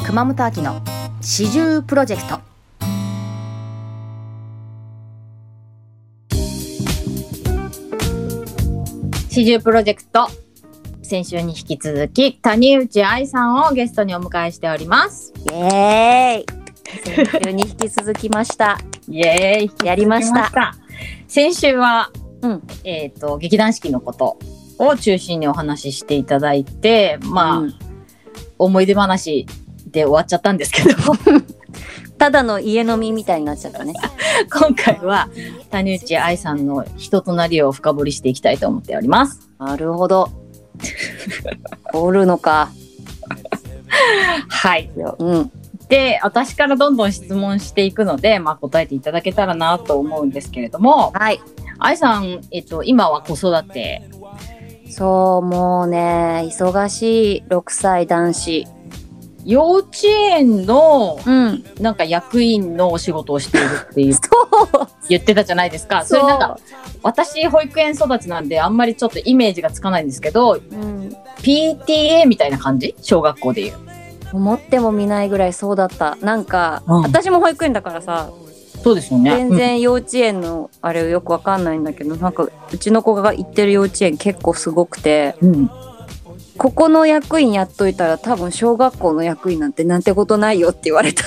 熊本秋の四十プロジェクト。四十プロジェクト、先週に引き続き谷内愛さんをゲストにお迎えしております。 イエーイ。先週に引き続きましたイエーイ、 やりました。 先週は、劇団四季のことを中心にお話ししていただいて、思い出話で終わっちゃったんですけどただの家飲みみたいになっちゃったね今回は谷内愛さんの人となりを深掘りしていきたいと思っております。 なるほどおるのかはい、で、私からどんどん質問していくので、答えていただけたらなと思うんですけれども、 はい、 愛さん、今は子育て。 そう、もうね、忙しい6歳男子。 幼稚園の、なんか役員のお仕事をしているっていう言ってたじゃないですか。それなんか私保育園育ちなんであんまりちょっとイメージがつかないんですけど、PTA みたいな感じ？小学校でいう。 思っても見ないぐらいそうだった。なんか、私も保育園だからさ。 そうですよね。 全然幼稚園のあれよくわかんないんだけど、なんかうちの子が行ってる幼稚園結構すごくて、ここの役員やっといたら多分小学校の役員なんてなんてことないよって言われた。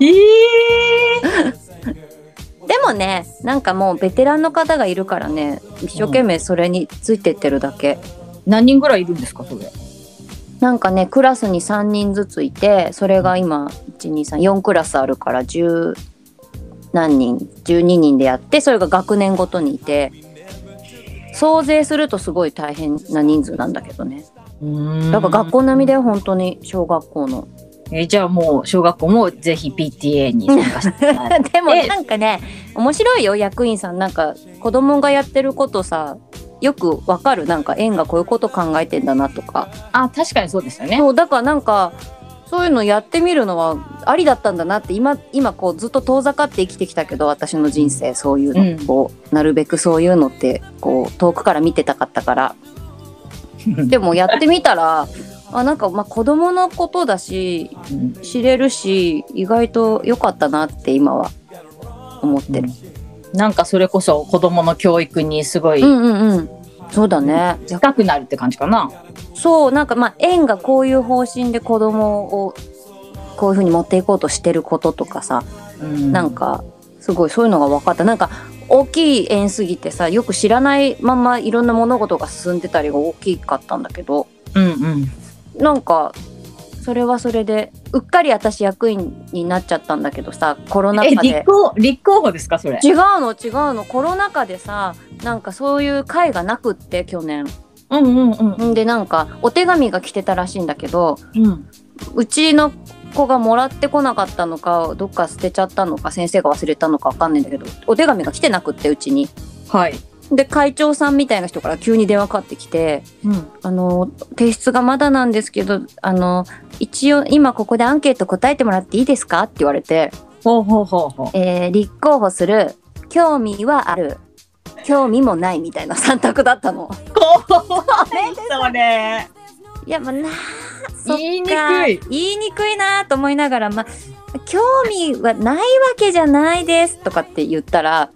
でもね、なんかもうベテランの方がいるからね、一生懸命それについてってるだけ。 何人ぐらいいるんですかそれ？ なんかね、クラスに3人ずついて、それが今1,2,3,4クラスあるから10何人12人でやって、それが学年ごとにいて、総勢するとすごい大変な人数なんだけどね。だから学校並みで本当に小学校の。 じゃあもう小学校もぜひ PTA に参加してでもなんかね、面白いよ役員さん。なんか子供がやってることさ、よくわかる。なんか園がこういうこと考えてんだなとか。 確かにそうですよね。 そうだからなんかそういうのやってみるのはありだったんだなって。今こうずっと遠ざかって生きてきたけど、私の人生そういうの、こうなるべくそういうのってこう遠くから見てたかったからでもやってみたらなんか子供のことだし、知れるし、意外と良かったなって今は思ってる。 なんかそれこそ子供の教育にすごい、 そうだね、 近くなるって感じかな。 そう、なんか園がこういう方針で子供をこういう風に持っていこうとしてることとかさ、なんかすごいそういうのが分かった。なんか大きい園すぎてさ、よく知らないままいろんな物事が進んでたりが大きかったんだけど、なんかそれはそれでうっかり私役員になっちゃったんだけどさ、コロナ禍で。 立候補ですかそれ？ 違うの、コロナ禍でさ、なんかそういう会がなくって去年。でなんかお手紙が来てたらしいんだけど、うちの子がもらってこなかったのか、どっか捨てちゃったのか、先生が忘れたのか分かんないんだけど、お手紙が来てなくってうちに。で会長さんみたいな人から急に電話かかってきて、提出がまだなんですけど、一応今ここでアンケート答えてもらっていいですかって言われて、立候補する、興味はある、興味もないみたいな3択だったの。 それいや言いにくいなと思いながら、興味はないわけじゃないですとかって言ったら、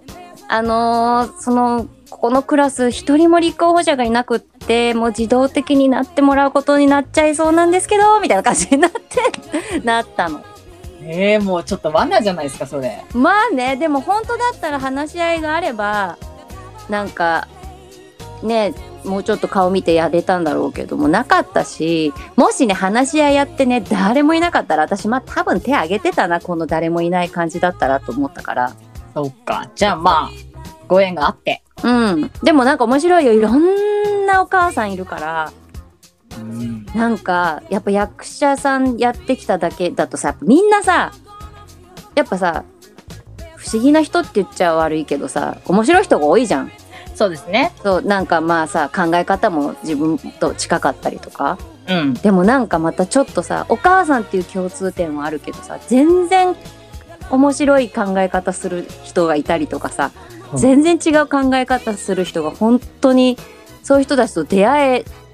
このクラス一人も立候補者がいなくって、もう自動的になってもらうことになっちゃいそうなんですけどみたいな感じになったの。 もうちょっと罠じゃないですかそれ。 でも本当だったら話し合いがあればなんかね、もうちょっと顔見てやれたんだろうけども、なかったし、もしね話し合いやってね誰もいなかったら、私多分手挙げてたな、この誰もいない感じだったらと思ったから。 そうか、じゃあご縁があって。 でもなんか面白いよ、いろんなお母さんいるから、なんかやっぱ役者さんやってきただけだとさ、みんなさ、やっぱさ、不思議な人って言っちゃ悪いけどさ、面白い人が多いじゃん。 そうですね。 そう、なんかさ、考え方も自分と近かったりとか、でもなんかまたちょっとさ、お母さんっていう共通点はあるけどさ、全然面白い考え方する人がいたりとかさ、全然違う考え方する人が本当に、そういう人たちと出会え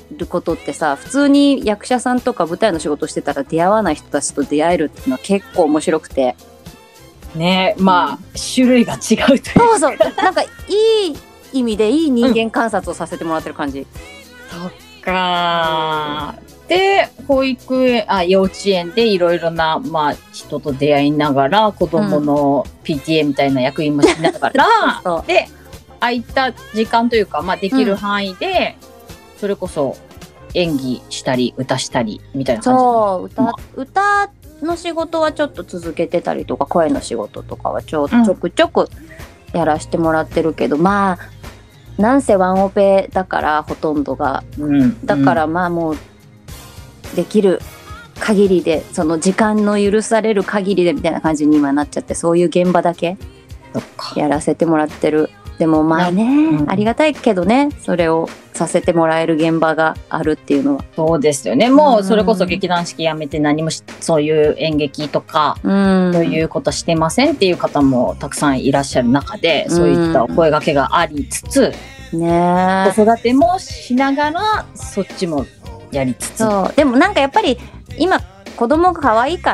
ることってさ、普通に役者さんとか舞台の仕事してたら出会わない人たちと出会えるっていうのは結構面白くてね、まあ種類が違うというか、 そうそう、なんかいい意味でいい人間観察をさせてもらってる感じ、 そっか。で幼稚園でいろいろな、まあ、人と出会いながら子供の PTA みたいな役員もしながら、そうで空いた時間というか、まあ、できる範囲で、それこそ演技したり歌したりみたいな感じ。 そう歌の仕事はちょっと続けてたりとか、声の仕事とかはちょくちょくやらしてもらってるけど、まあなんせワンオペだからほとんどが、だからまあもうできる限りで、その時間の許される限りでみたいな感じに今なっちゃって、そういう現場だけやらせてもらってる。でもまあね、ありがたいけどね、それをさせてもらえる現場があるっていうのは。 そうですよね。もうそれこそ劇団四季やめて何もそういう演劇とか、そういうことしてませんっていう方もたくさんいらっしゃる中で、そういったお声掛けがありつつ、 ね、 子育てもしながらそっちもやりつつ。 そうでもなんかやっぱり今子供が可愛いから、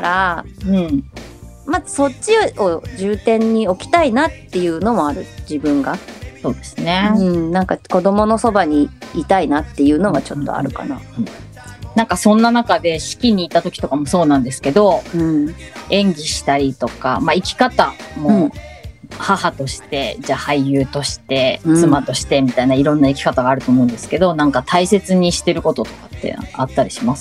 まあそっちを重点に置きたいなっていうのもある、自分が。 そうですね、 なんか子供のそばにいたいなっていうのはちょっとあるかな、 なんかそんな中で式にいた時とかもそうなんですけど、演技したりとか、まあ、生き方も母として、じゃあ俳優として妻としてみたいないろんな生き方があると思うんですけど、なんか大切にしてることとかってあったりします？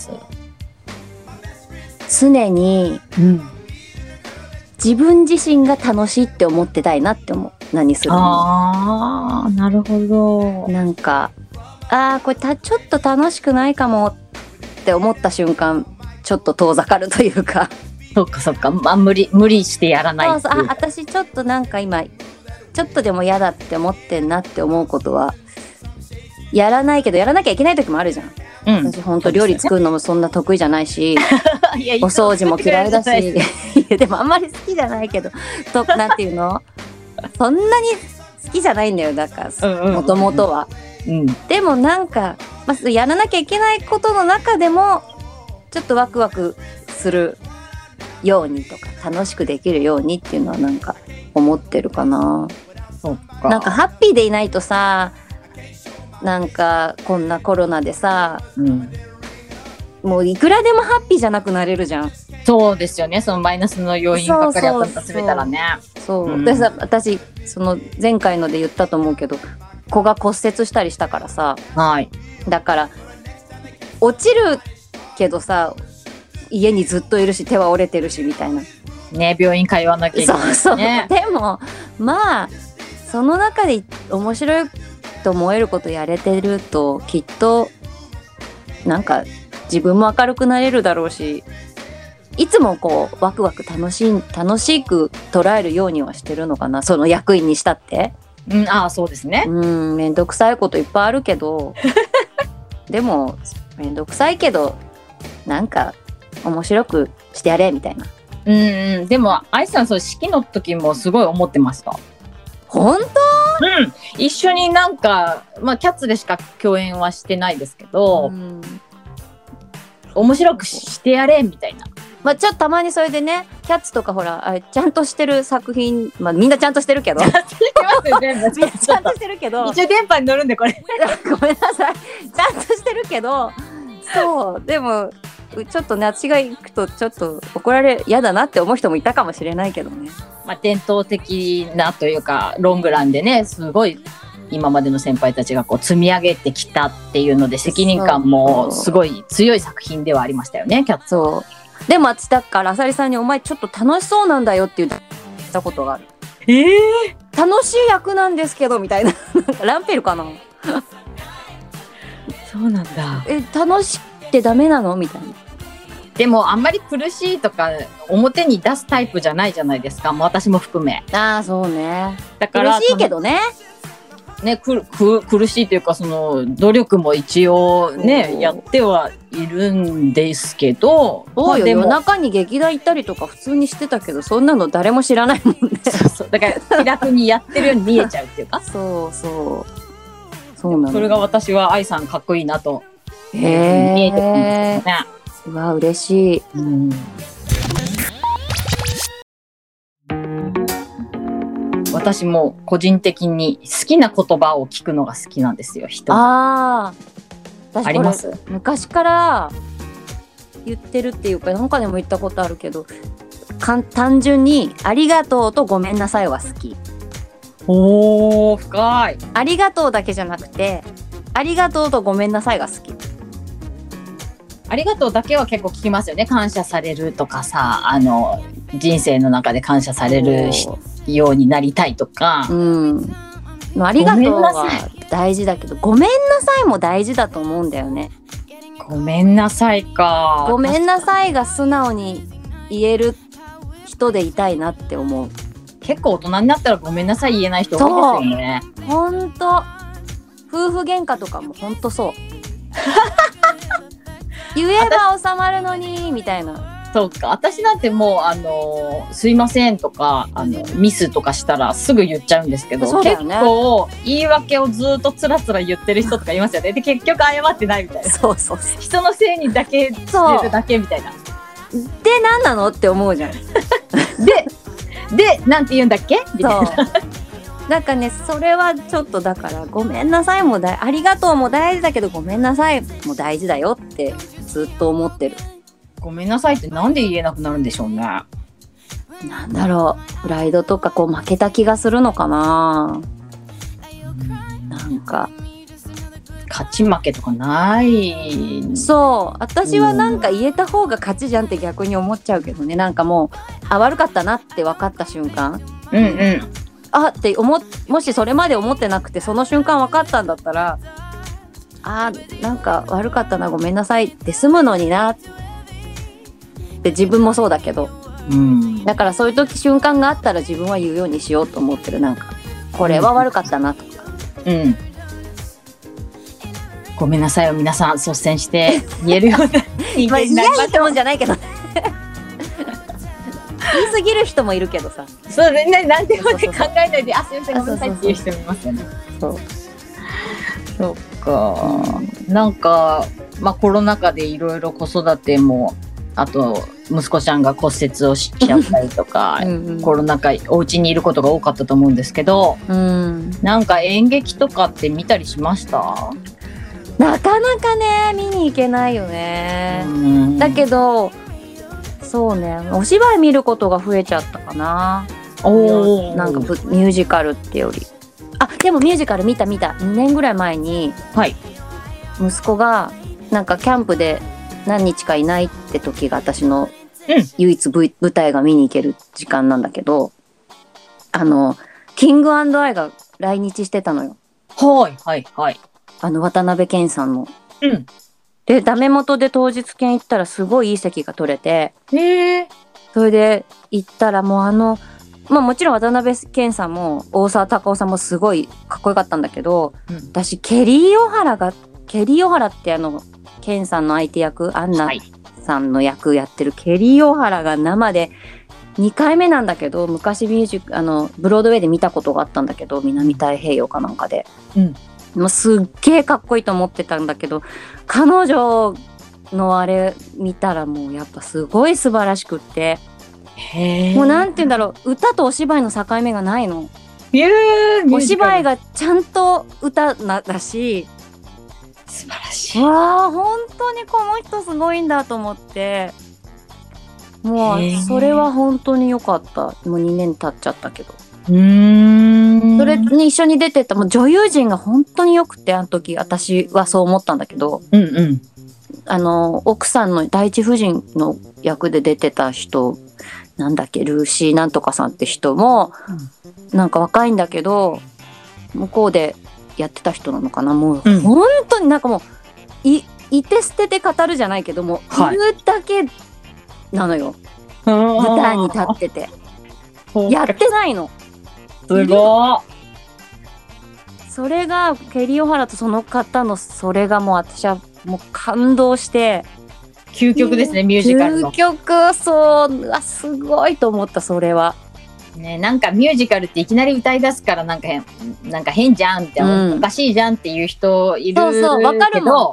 常に、自分自身が楽しいって思ってたいなって思う。何するの？ あー、なるほど。 なんかこれちょっと楽しくないかもって思った瞬間ちょっと遠ざかるというかそっかそっか、まあ、無理してやらないっていう。 そう私ちょっとなんか今ちょっとでも嫌だって思ってんなって思うことはやらないけど、やらなきゃいけない時もあるじゃん。私ほんと料理作るのもそんな得意じゃないしお掃除も嫌いだしでもあんまり好きじゃないけどなんていうのそんなに好きじゃないんだよ、だからもともとは。でもなんか、まあ、やらなきゃいけないことの中でもちょっとワクワクするようにとか楽しくできるようにっていうのはなんか思ってるかな。 そっか。 なんかハッピーでいないとさ、なんかこんなコロナでさ、もういくらでもハッピーじゃなくなれるじゃん。 そうですよね、そのマイナスの要因ばっかり集めたらね。 でさ、私その前回ので言ったと思うけど、子が骨折したりしたからさ、だから落ちるけどさ家にずっといるし手は折れてるしみたいなね、病院通わなきゃいけないしね。 でもまあその中で面白いと思えることやれてるときっとなんか自分も明るくなれるだろうし、いつもこうワクワク楽しく捉えるようにはしてるのかな、その役員にしたって。 そうですね。 めんどくさいこといっぱいあるけどでもめんどくさいけどなんか面白くしてやれみたいな。 でも愛さん、そう式の時もすごい思ってました。 本当？ 一緒になんか、まあキャッツでしか共演はしてないですけど、面白くしてやれみたいな。 まあちょっとたまにそれでね、キャッツとかほらちゃんとしてる作品、まあみんなちゃんとしてるけどちゃんとしてるけど一応電波に乗るんでこれごめんなさい、ちゃんとしてるけど、そうでもちょっとね、私が行くとちょっと怒られ嫌だなって思う人もいたかもしれないけどね。 まあ伝統的なというかロングランでね、すごい今までの先輩たちがこう積み上げてきたっていうので責任感もすごい強い作品ではありましたよね、キャッツ。 そうでも私だからあさりさんにお前ちょっと楽しそうなんだよって言ったことがある。楽しい役なんですけどみたいなランペルかなそうなんだ。 楽しくてダメなのみたいな。 でもあんまり苦しいとか表に出すタイプじゃないじゃないですか、もう私も含め。 そうね。 だから苦しいけどね。 苦しいというか、その努力も一応ねやってはいるんですけど、 夜中に劇団行ったりとか普通にしてたけど、そんなの誰も知らないもんね。 だから気楽にやってるように見えちゃうっていうかそうなんだ。 それが私は愛さんかっこいいなと見えてくるんですよね。 うわ嬉しい。 私も個人的に好きな言葉を聞くのが好きなんですよ。人あります。 昔から言ってるっていうか、なんかでも言ったことあるけど、単純にありがとうとごめんなさいは好き。 おー、深い。 ありがとうだけじゃなくて、ありがとうとごめんなさいが好き。 ありがとうだけは結構聞きますよね。感謝されるとかさ、人生の中で感謝されるようになりたいとか。 ありがとうは大事だけど、ごめんなさいも大事だと思うんだよね。 ごめんなさいか。 ごめんなさいが素直に言える人でいたいなって思う。 結構大人になったらごめんなさい言えない人多いですよね。 ほんと。夫婦喧嘩とかもほんとそう。言えば収まるのにみたいな。 そうか。私なんてもうすいませんとかミスとかしたらすぐ言っちゃうんですけど、結構言い訳をずっとつらつら言ってる人とかいますよね。で結局謝ってないみたいな。 そう人のせいにだけしてるだけみたいな。 で何なのって思うじゃん。 でなんて言うんだっけみたいな。 なんかね、それはちょっとだからごめんなさいもありがとうも大事だけど、ごめんなさいも大事だよってずっと思ってる。 ごめんなさいってなんで言えなくなるんでしょうね。 なんだろう、プライドとかこう負けた気がするのかな。なんか勝ち負けとかない。 そう私はなんか言えた方が勝ちじゃんって逆に思っちゃうけどね。なんかもう悪かったなって分かった瞬間、ってもしそれまで思ってなくてその瞬間分かったんだったら、なんか悪かったなごめんなさいって済むのになって自分もそうだけど、だからそういう瞬間があったら自分は言うようにしようと思ってる。なんかこれは悪かったなとか、 ごめんなさいを皆さん率先して言えるような人間になりましょう。 嫌いってもんじゃないけど言い過ぎる人もいるけどさ。 そうね、なんでもね考えないで、すいませんごめんなさいっていう人もいますよね。そうか、なんかコロナ禍でいろいろ子育ても、あと息子ちゃんが骨折をしちゃったりとかコロナ禍お家にいることが多かったと思うんですけど、なんか演劇とかって見たりしました？ なかなかね見に行けないよね。だけどそうね、お芝居見ることが増えちゃったかな。なんかミュージカルってより。でもミュージカル見た2年ぐらい前に、息子がなんかキャンプで何日かいないって時が私の唯一舞台が見に行ける時間なんだけど、キング&アイが来日してたのよ。渡辺謙さんの。でダメ元で当日券行ったらすごいいい席が取れて、それで行ったらもうもちろん渡辺謙さんも大沢たかおさんもすごいかっこよかったんだけど、私ケリー・オハラって謙さんの相手役アンナさんの役やってるケリー・オハラが生で2回目なんだけど、昔ブロードウェイで見たことがあったんだけど、南太平洋かなんかで、もうすっげえかっこいいと思ってたんだけど、彼女のあれ見たらもうやっぱすごい素晴らしくって、もうなんて言うんだろう、歌とお芝居の境目がないの。お芝居がちゃんと歌だし、 素晴らしい。 本当にこの人すごいんだと思って、もうそれは本当に良かった。もう2年経っちゃったけど。それに一緒に出てたもう女優陣が本当によくて、あの時私はそう思ったんだけど、奥さんの第一夫人の役で出てた人なんだっけ、ルーシーなんとかさんって人も、なんか若いんだけど向こうでやってた人なのかな。もう本当になんかもういて捨てて語るじゃないけども、言うだけなのよ。舞台に立っててやってないの。 すごい。 それがケリー・オハラとその方のそれがもう私はもう感動して、 究極ですね、ミュージカルの。 究極、そうすごいと思った。それはね、なんかミュージカルっていきなり歌い出すからなんか変じゃんって、おかしいじゃんっていう人いるけど、 わかるもんね。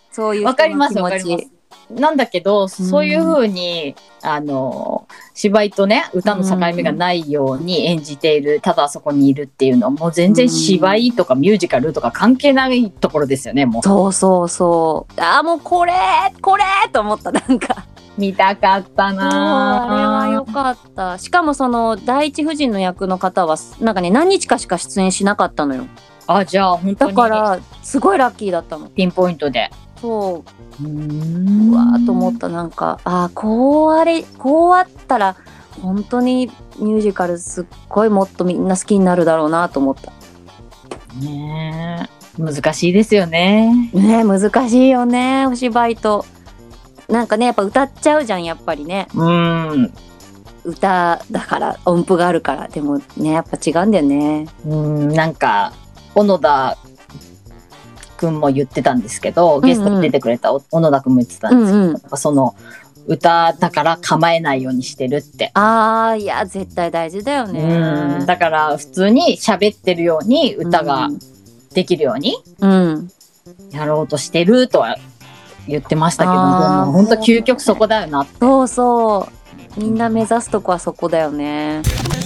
そういう人の気持ち。 なんだけど、そういう風に、芝居とね、歌の境目がないように演じている、ただそこにいるっていうのは、もう全然芝居とかミュージカルとか関係ないところですよね、もう。 そうそうそう。もうこれと思った、なんか。 見たかったなあれは良かった。しかもその、第一夫人の役の方は、なんかね、何日かしか出演しなかったのよ。 じゃあ本当に。 だから、すごいラッキーだったの。 ピンポイントで。 そう。うわーと思った。なんかこうあったら本当にミュージカルすっごいもっとみんな好きになるだろうなと思った。 ねえ、難しいですよね。 ねえ、難しいよね、お芝居と。なんかね、やっぱ歌っちゃうじゃん、やっぱりね。歌だから音符があるから。でもね、やっぱ違うんだよね。 なんか小野田くんも言ってたんですけど、ゲストに出てくれた小野田くんも言ってたんですけど、やっぱその歌だから構えないようにしてるって。 いや絶対大事だよね。 だから普通に喋ってるように歌ができるようにやろうとしてるとは言ってましたけど、本当究極そこだよなって。 そうそう、みんな目指すとこはそこだよね。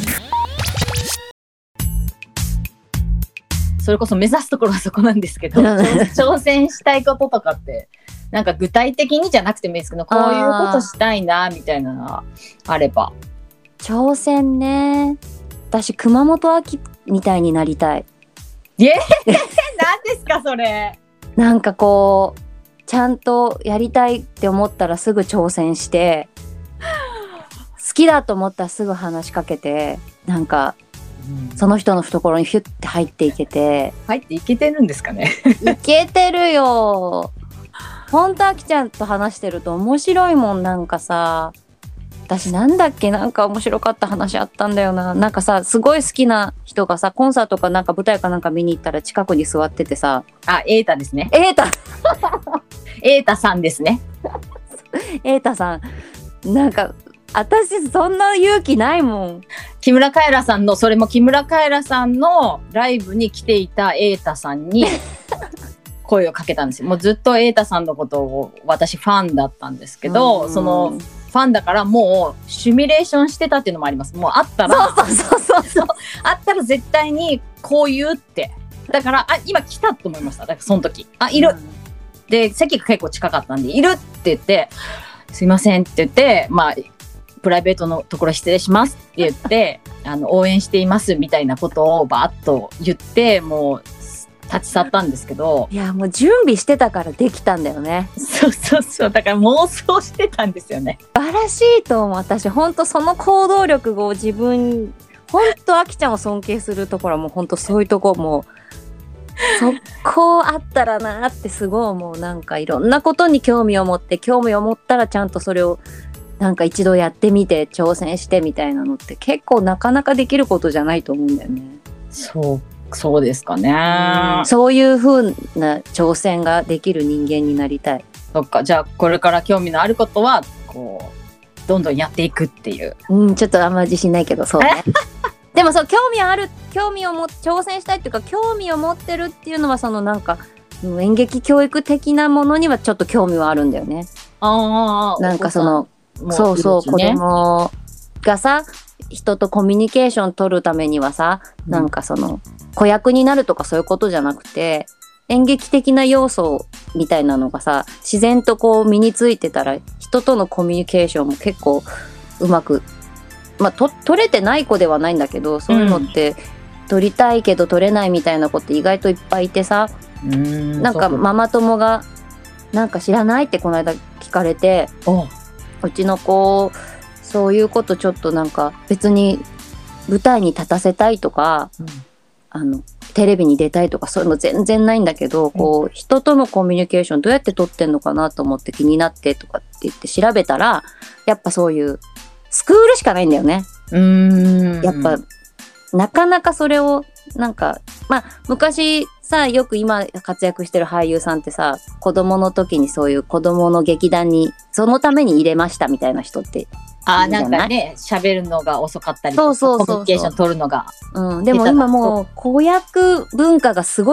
それこそ目指すところはそこなんですけど、挑戦したいこととかってなんか具体的にじゃなくてもいいですけど、こういうことしたいなみたいなのがあれば。 挑戦ね。私熊本秋みたいになりたい。 何ですかそれ。 なんかこうちゃんとやりたいって思ったらすぐ挑戦して、好きだと思ったらすぐ話しかけて、なんかその人の懐にヒュッて入っていけて。 入っていけてるんですかね。 いけてるよ。ほんとあきちゃんと話してると面白いもん。なんかさ、私なんだっけ、なんか面白かった話あったんだよな。なんかさ、すごい好きな人がさ、コンサートかなんか舞台かなんか見に行ったら近くに座っててさ。 瑛太ですね。 瑛太さんですね。 瑛太さん、なんか私そんな勇気ないもん。 木村カエラさんの、それも木村カエラさんのライブに来ていた瑛太さんに声をかけたんですよ。もうずっと瑛太さんのことを私ファンだったんですけど、そのファンだからもうシミュレーションしてたっていうのもあります。もう会ったら、そう会ったら絶対にこう言うって。だから今来たと思いました。だからその時いる、で席が結構近かったんでいるって言って、すいませんって言って、プライベートのところ失礼しますって言って応援していますみたいなことをバーッと言って、もう立ち去ったんですけど。 いやもう準備してたからできたんだよね。 そうだから妄想してたんですよね。 素晴らしいと思う。私本当その行動力を自分、本当あきちゃんを尊敬するところはもう本当そういうとこもそこあったらなってすごい思う。なんかいろんなことに興味を持ったらちゃんとそれをなんか一度やってみて挑戦してみたいなのって結構なかなかできることじゃないと思うんだよね。 そうですかね。 そういう風な挑戦ができる人間になりたい。 そっか、じゃあこれから興味のあることはこうどんどんやっていくっていう。 ちょっとあんま自信ないけど、そうね。でもそう、興味を挑戦したいっていうか、興味を持ってるっていうのはそのなんか演劇教育的なものにはちょっと興味はあるんだよね。なんかそのそうそう、子供がさ、人とコミュニケーション取るためにはさ、なんかその子役になるとかそういうことじゃなくて、演劇的な要素みたいなのがさ、自然とこう身についてたら、人とのコミュニケーションも結構うまく、取れてない子ではないんだけど、そういうのって取りたいけど取れないみたいな子って意外といっぱいいてさ、なんかママ友がなんか知らないってこの間聞かれて、うちの子そういうことちょっとなんか別に舞台に立たせたいとか、テレビに出たいとかそういうの全然ないんだけど、こう人とのコミュニケーションどうやって取ってんのかなと思って気になってとかって言って調べたら、やっぱそういうスクールしかないんだよね。やっぱなかなかそれをなんか昔さ、よく今活躍してる俳優さんってさ、子供の時にそういう子供の劇団にそのために入れましたみたいな人ってなんかね、喋るのが遅かったりとか、コミュニケーション取るのが。 でも今もう子役文化がすごい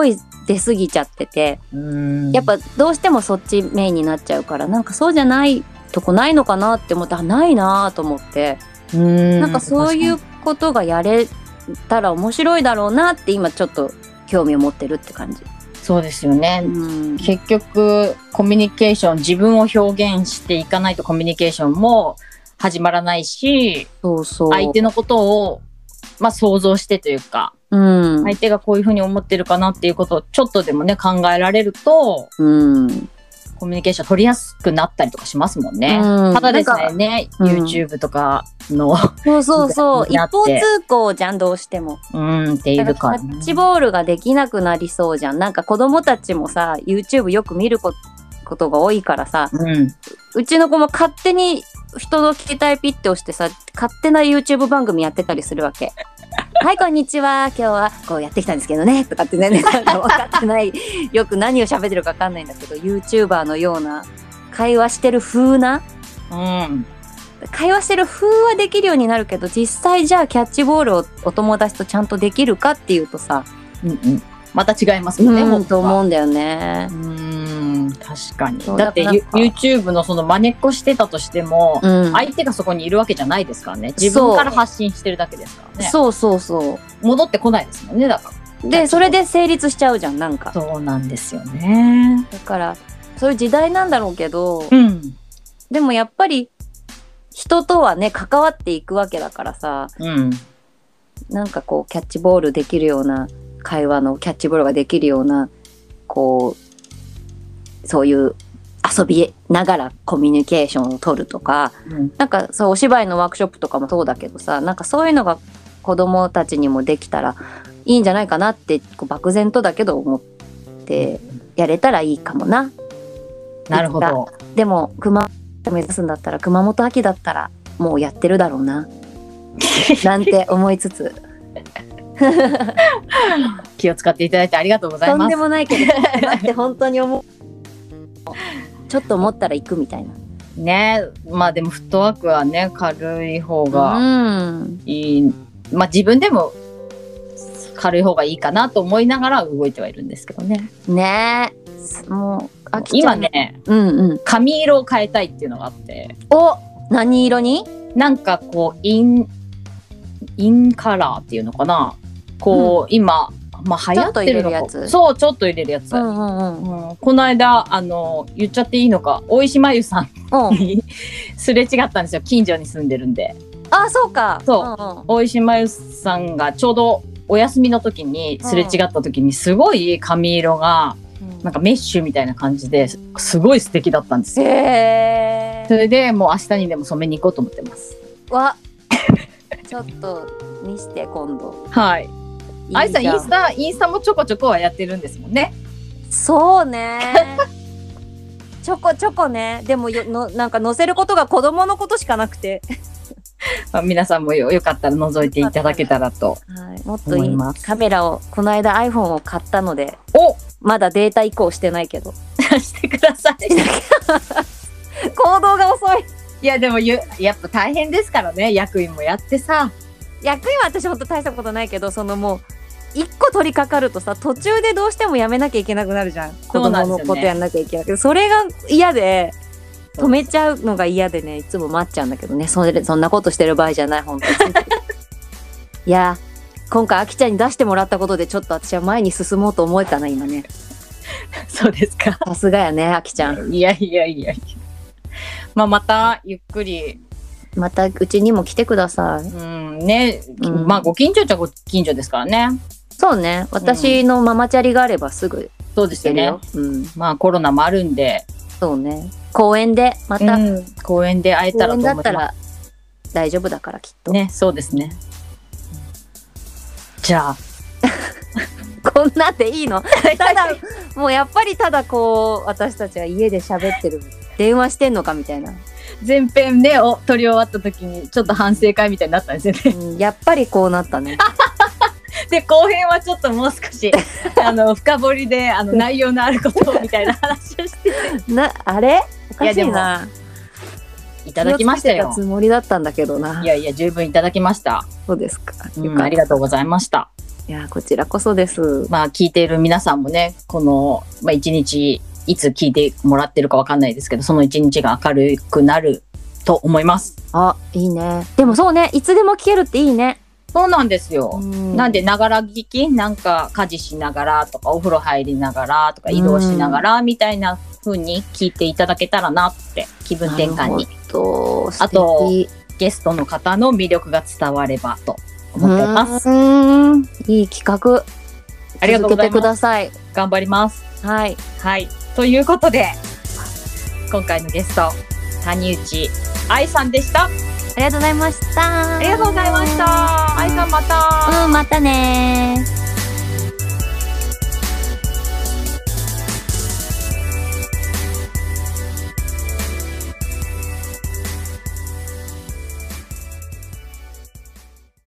出過ぎちゃってて、やっぱどうしてもそっちメインになっちゃうから、なんかそうじゃないとこないのかなって思って、ないなと思って、なんかそういうことがやれたら面白いだろうなって今ちょっと興味を持ってるって感じ。 そうですよね、結局コミュニケーション、自分を表現していかないとコミュニケーションも始まらないし、相手のことを、想像してというか、相手がこういうふうに思ってるかなっていうことをちょっとでもね考えられると、コミュニケーション取りやすくなったりとかしますもんね。ただですね、YouTube とかのそう一方通行じゃん、どうしてもっていうか、 キャッチボールができなくなりそうじゃん。なんか子供たちもさ YouTube よく見ることが多いからさ、うちの子も勝手に人の携帯ピッて押してさ、勝手な YouTube 番組やってたりするわけ。はい、こんにちは。今日はこうやってきたんですけどね。とかってね、なんか分かってない。よく何を喋ってるか分かんないんだけど、YouTuber のような会話してる風な、会話してる風はできるようになるけど、実際じゃあキャッチボールをお友達とちゃんとできるかっていうとさ、 また違いますよね。 と思うんだよね。 確かに。だって YouTube のその真似っこしてたとしても、相手がそこにいるわけじゃないですからね。自分から発信してるだけですからね。 そう戻ってこないですもんね、だから。 でそれで成立しちゃうじゃん、なんか。 そうなんですよね。 だからそういう時代なんだろうけど、でもやっぱり人とはね関わっていくわけだからさ、なんかこうキャッチボールできるような、会話のキャッチボールができるような、こうそういう遊びながらコミュニケーションを取るとか、なんかそうお芝居のワークショップとかもそうだけどさ、なんかそういうのが子供たちにもできたらいいんじゃないかなって、こう漠然とだけど思ってやれたらいいかもな。 なるほど。 でも熊本目指すんだったら、熊本秋だったらもうやってるだろうななんて思いつつ気を使っていただいてありがとうございます。 とんでもないけどだって本当に思うちょっと思ったら行くみたいなね。でもフットワークはね軽い方がいい、自分でも軽い方がいいかなと思いながら動いてはいるんですけどね。 もう今ね、髪色を変えたいっていうのがあって。 何色に？ なんかこうインカラーっていうのかな、こう、今流行ってるのか、そうちょっと入れるやつ、この間言っちゃっていいのか、大石真由さんにすれ違ったんですよ。近所に住んでるんで。 そうか。 大石真由さんがちょうどお休みの時にすれ違った時に、すごい髪色がなんかメッシュみたいな感じですごい素敵だったんですよ。それでもう明日にでも染めに行こうと思ってます。 ちょっと見して今度。 はい。あいさんインスタもちょこちょこはやってるんですもんね。 そうねちょこちょこね。でもなんか載せることが子供のことしかなくて皆さんもよかったら覗いていただけたらともっといいカメラを、この間 iPhone を買ったので、まだデータ移行してないけどしてください行動が遅い。 いやでもやっぱ大変ですからね、役員もやってさ。 役員は私ほんと大したことないけど、そのもう一個取り掛かるとさ、途中でどうしてもやめなきゃいけなくなるじゃん。子供のことやんなきゃいけないけど、それが嫌で止めちゃうのが嫌でね、いつも待っちゃうんだけどね。そんなことしてる場合じゃない、本当にいや今回あきちゃんに出してもらったことでちょっと私は前に進もうと思えたな今ね。 そうですか。 さすがやね、あきちゃん。 いやまたゆっくりまたうちにも来てください。 ご近所っちゃご近所ですからね。 そうね、私のママチャリがあればすぐ。 そうですよね。コロナもあるんで。 そうね、公園でまた、 公園で会えたらと思います。 公園だったら大丈夫だからきっとね。 そうですね。じゃあこんなんでいいのただもうやっぱりただこう私たちは家で喋ってる、電話してんのかみたいな。 前編ねを撮り終わった時にちょっと反省会みたいになったんですよね、 やっぱりこうなったねで後編はちょっともう少し深掘りで内容のあることみたいな話をしてあれおかしいな。 いただきましたよ。 気をつけたつもりだったんだけどな。 いや十分いただきました。 そうですか。 ありがとうございました。 いやこちらこそです。 まあ聞いている皆さんもね、この、一日いつ聞いてもらってるかわかんないですけど、その一日が明るくなると思います。 あ、いいね。でもそうね、いつでも聞けるっていいね。 そうなんですよ。なんでながら聞き、なんか家事しながらとかお風呂入りながらとか移動しながらみたいな風に聞いていただけたらなって気分転換に。あとゲストの方の魅力が伝わればと思っています。 いい企画。 ありがとうございます。続けてください。 頑張ります。 はい。 はい。ということで今回のゲスト谷内愛さんでした。 ありがとうございました。 ありがとうございました。愛さんまた。 またね。